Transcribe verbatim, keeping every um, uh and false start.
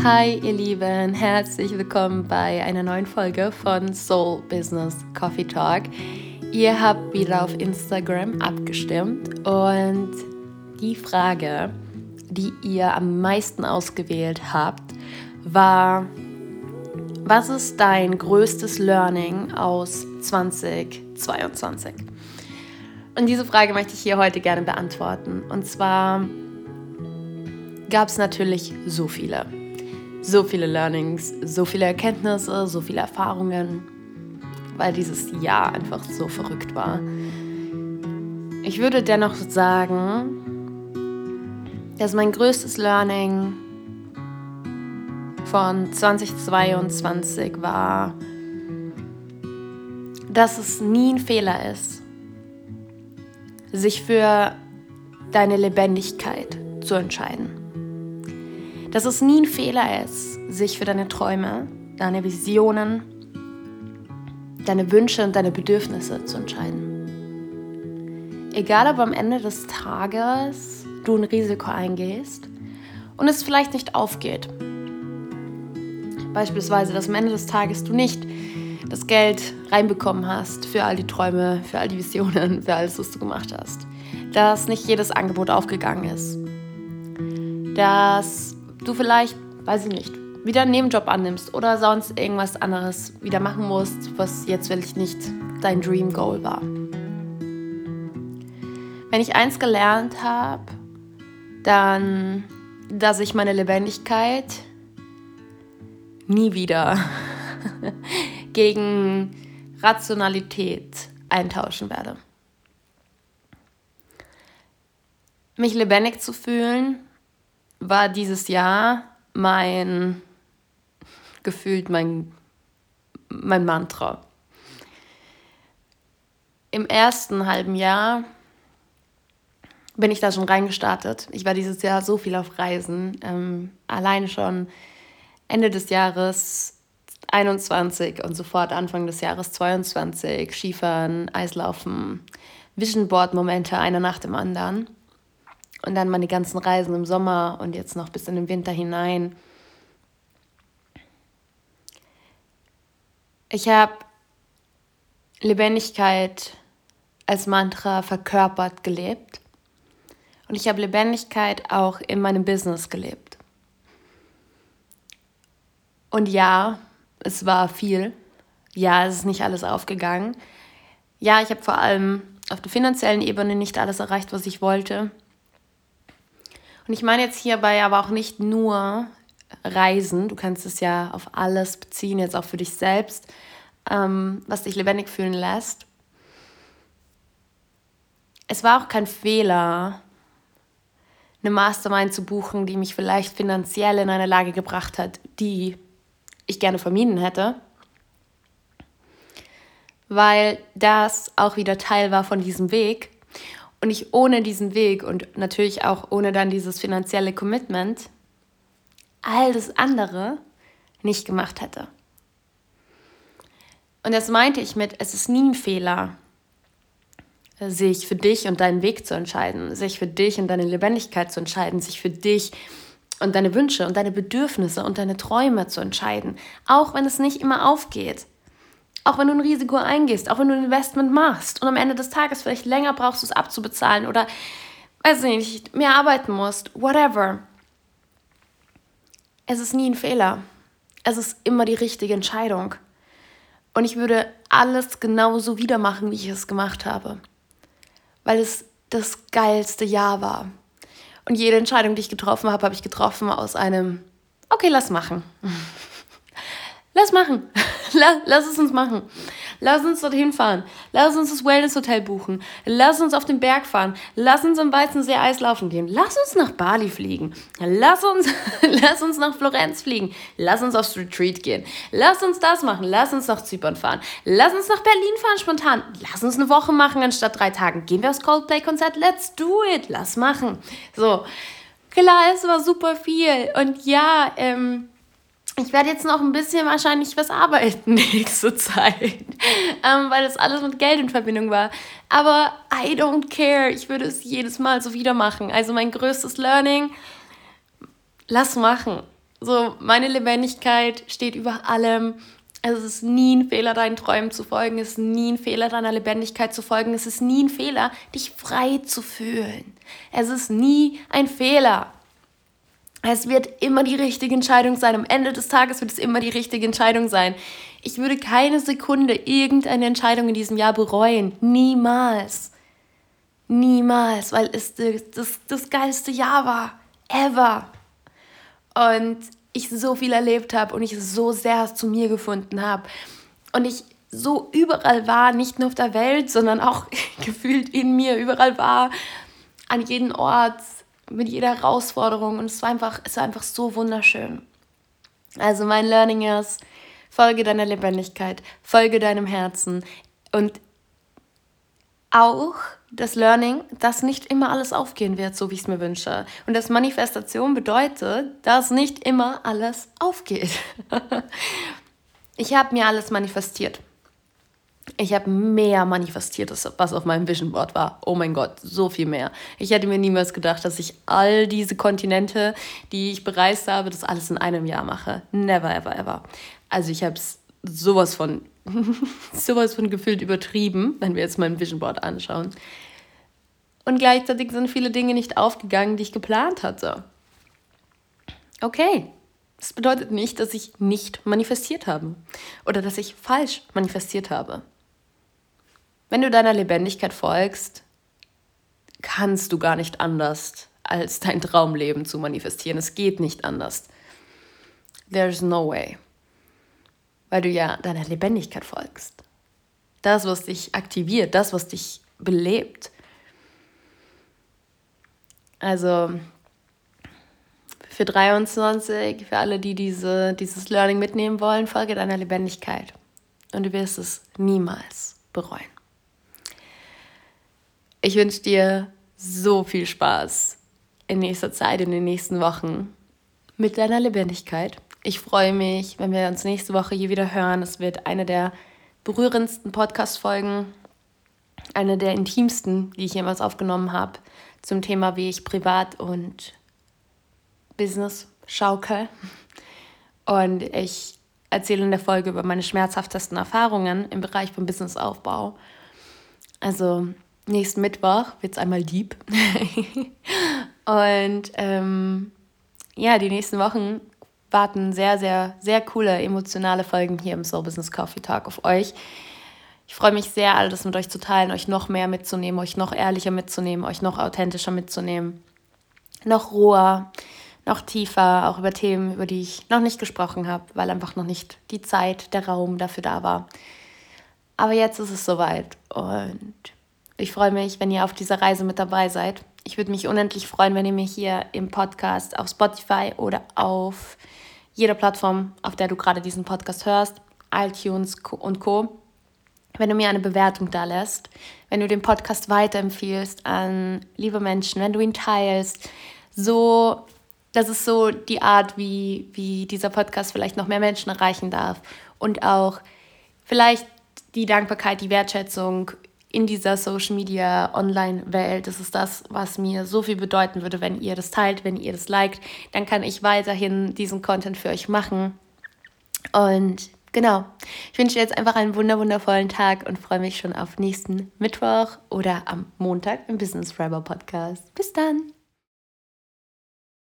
Hi ihr Lieben, herzlich willkommen bei einer neuen Folge von Soul Business Coffee Talk. Ihr habt wieder auf Instagram abgestimmt und die Frage, die ihr am meisten ausgewählt habt, war: Was ist dein größtes Learning aus zwanzig zweiundzwanzig? Und diese Frage möchte ich hier heute gerne beantworten. Und zwar gab es natürlich so viele. So viele Learnings, so viele Erkenntnisse, so viele Erfahrungen, weil dieses Jahr einfach so verrückt war. Ich würde dennoch sagen, dass mein größtes Learning von zwanzig zweiundzwanzig war, dass es nie ein Fehler ist, sich für deine Lebendigkeit zu entscheiden. Dass es nie ein Fehler ist, sich für deine Träume, deine Visionen, deine Wünsche und deine Bedürfnisse zu entscheiden. Egal, ob am Ende des Tages du ein Risiko eingehst und es vielleicht nicht aufgeht. Beispielsweise, dass am Ende des Tages du nicht das Geld reinbekommen hast für all die Träume, für all die Visionen, für alles, was du gemacht hast. Dass nicht jedes Angebot aufgegangen ist. Dass du vielleicht, weiß ich nicht, wieder einen Nebenjob annimmst oder sonst irgendwas anderes wieder machen musst, was jetzt wirklich nicht dein Dream Goal war. Wenn ich eins gelernt habe, dann, dass ich meine Lebendigkeit nie wieder gegen Rationalität eintauschen werde. Mich lebendig zu fühlen war dieses Jahr mein, gefühlt mein, mein Mantra. Im ersten halben Jahr bin ich da schon reingestartet. Ich war dieses Jahr so viel auf Reisen. Ähm, alleine schon Ende des Jahres einundzwanzig und sofort Anfang des Jahres zweiundzwanzig. Skifahren, Eislaufen, Vision Board Momente, einer nach dem anderen. Und dann meine ganzen Reisen im Sommer und jetzt noch bis in den Winter hinein. Ich habe Lebendigkeit als Mantra verkörpert gelebt. Und ich habe Lebendigkeit auch in meinem Business gelebt. Und ja, es war viel. Ja, es ist nicht alles aufgegangen. Ja, ich habe vor allem auf der finanziellen Ebene nicht alles erreicht, was ich wollte. Und ich meine jetzt hierbei aber auch nicht nur Reisen. Du kannst es ja auf alles beziehen, jetzt auch für dich selbst, ähm, was dich lebendig fühlen lässt. Es war auch kein Fehler, eine Mastermind zu buchen, die mich vielleicht finanziell in eine Lage gebracht hat, die ich gerne vermieden hätte. Weil das auch wieder Teil war von diesem Weg. Und ich ohne diesen Weg und natürlich auch ohne dann dieses finanzielle Commitment all das andere nicht gemacht hätte. Und das meinte ich mit, es ist nie ein Fehler, sich für dich und deinen Weg zu entscheiden, sich für dich und deine Lebendigkeit zu entscheiden, sich für dich und deine Wünsche und deine Bedürfnisse und deine Träume zu entscheiden, auch wenn es nicht immer aufgeht. Auch wenn du ein Risiko eingehst, auch wenn du ein Investment machst und am Ende des Tages vielleicht länger brauchst, es abzubezahlen oder, weiß ich nicht, mehr arbeiten musst, whatever. Es ist nie ein Fehler. Es ist immer die richtige Entscheidung. Und ich würde alles genauso wieder machen, wie ich es gemacht habe. Weil es das geilste Jahr war. Und jede Entscheidung, die ich getroffen habe, habe ich getroffen aus einem, okay, lass machen. Lass machen. Lass, lass es uns machen. Lass uns dorthin fahren. Lass uns das Wellness-Hotel buchen. Lass uns auf den Berg fahren. Lass uns am Weißen See Eislaufen gehen. Lass uns nach Bali fliegen. Lass uns, lass uns nach Florenz fliegen. Lass uns aufs Retreat gehen. Lass uns das machen. Lass uns nach Zypern fahren. Lass uns nach Berlin fahren spontan. Lass uns eine Woche machen anstatt drei Tagen. Gehen wir aufs Coldplay-Konzert. Let's do it. Lass machen. So, klar, es war super viel. Und ja, ähm... ich werde jetzt noch ein bisschen wahrscheinlich was arbeiten nächste Zeit, ähm, weil das alles mit Geld in Verbindung war. Aber I don't care. Ich würde es jedes Mal so wieder machen. Also mein größtes Learning, lass machen. So, meine Lebendigkeit steht über allem. Es ist nie ein Fehler, deinen Träumen zu folgen. Es ist nie ein Fehler, deiner Lebendigkeit zu folgen. Es ist nie ein Fehler, dich frei zu fühlen. Es ist nie ein Fehler. Es wird immer die richtige Entscheidung sein. Am Ende des Tages wird es immer die richtige Entscheidung sein. Ich würde keine Sekunde irgendeine Entscheidung in diesem Jahr bereuen. Niemals. Niemals, weil es das, das, das geilste Jahr war. Ever. Und ich so viel erlebt habe und ich so sehr zu mir gefunden habe. Und ich so überall war, nicht nur auf der Welt, sondern auch gefühlt in mir überall war, an jedem Ort, mit jeder Herausforderung. Und es war einfach, es war einfach so wunderschön. Also mein Learning ist, folge deiner Lebendigkeit, folge deinem Herzen. Und auch das Learning, dass nicht immer alles aufgehen wird, so wie ich es mir wünsche. Und dass Manifestation bedeutet, dass nicht immer alles aufgeht. Ich habe mir alles manifestiert. Ich habe mehr manifestiert, was auf meinem Vision Board war. Oh mein Gott, so viel mehr. Ich hätte mir niemals gedacht, dass ich all diese Kontinente, die ich bereist habe, das alles in einem Jahr mache. Never, ever, ever. Also ich habe es sowas von, sowas von gefühlt übertrieben, wenn wir jetzt mein Vision Board anschauen. Und gleichzeitig sind viele Dinge nicht aufgegangen, die ich geplant hatte. Okay. Das bedeutet nicht, dass ich nicht manifestiert habe oder dass ich falsch manifestiert habe. Wenn du deiner Lebendigkeit folgst, kannst du gar nicht anders, als dein Traumleben zu manifestieren. Es geht nicht anders. There's no way. Weil du ja deiner Lebendigkeit folgst. Das, was dich aktiviert, das, was dich belebt. Also für dreiundzwanzig, für alle, die diese, dieses Learning mitnehmen wollen, folge deiner Lebendigkeit. Und du wirst es niemals bereuen. Ich wünsche dir so viel Spaß in nächster Zeit, in den nächsten Wochen mit deiner Lebendigkeit. Ich freue mich, wenn wir uns nächste Woche hier wieder hören. Es wird eine der berührendsten Podcast-Folgen, eine der intimsten, die ich jemals aufgenommen habe, zum Thema, wie ich privat und Business schaukel. Und ich erzähle in der Folge über meine schmerzhaftesten Erfahrungen im Bereich vom Businessaufbau. Also nächsten Mittwoch wird es einmal deep. Und ähm, ja, die nächsten Wochen warten sehr, sehr, sehr coole, emotionale Folgen hier im Soul Business Coffee Talk auf euch. Ich freue mich sehr, all das mit euch zu teilen, euch noch mehr mitzunehmen, euch noch ehrlicher mitzunehmen, euch noch authentischer mitzunehmen, noch roher, noch tiefer, auch über Themen, über die ich noch nicht gesprochen habe, weil einfach noch nicht die Zeit, der Raum dafür da war. Aber jetzt ist es soweit und ich freue mich, wenn ihr auf dieser Reise mit dabei seid. Ich würde mich unendlich freuen, wenn ihr mich hier im Podcast auf Spotify oder auf jeder Plattform, auf der du gerade diesen Podcast hörst, iTunes und Co., wenn du mir eine Bewertung da lässt, wenn du den Podcast weiterempfiehlst an liebe Menschen, wenn du ihn teilst. So, das ist so die Art, wie, wie dieser Podcast vielleicht noch mehr Menschen erreichen darf. Und auch vielleicht die Dankbarkeit, die Wertschätzung in dieser Social-Media-Online-Welt. Das ist das, was mir so viel bedeuten würde, wenn ihr das teilt, wenn ihr das liked. Dann kann ich weiterhin diesen Content für euch machen. Und genau, ich wünsche dir jetzt einfach einen wunder wundervollen Tag und freue mich schon auf nächsten Mittwoch oder am Montag im Business Rebel Podcast. Bis dann!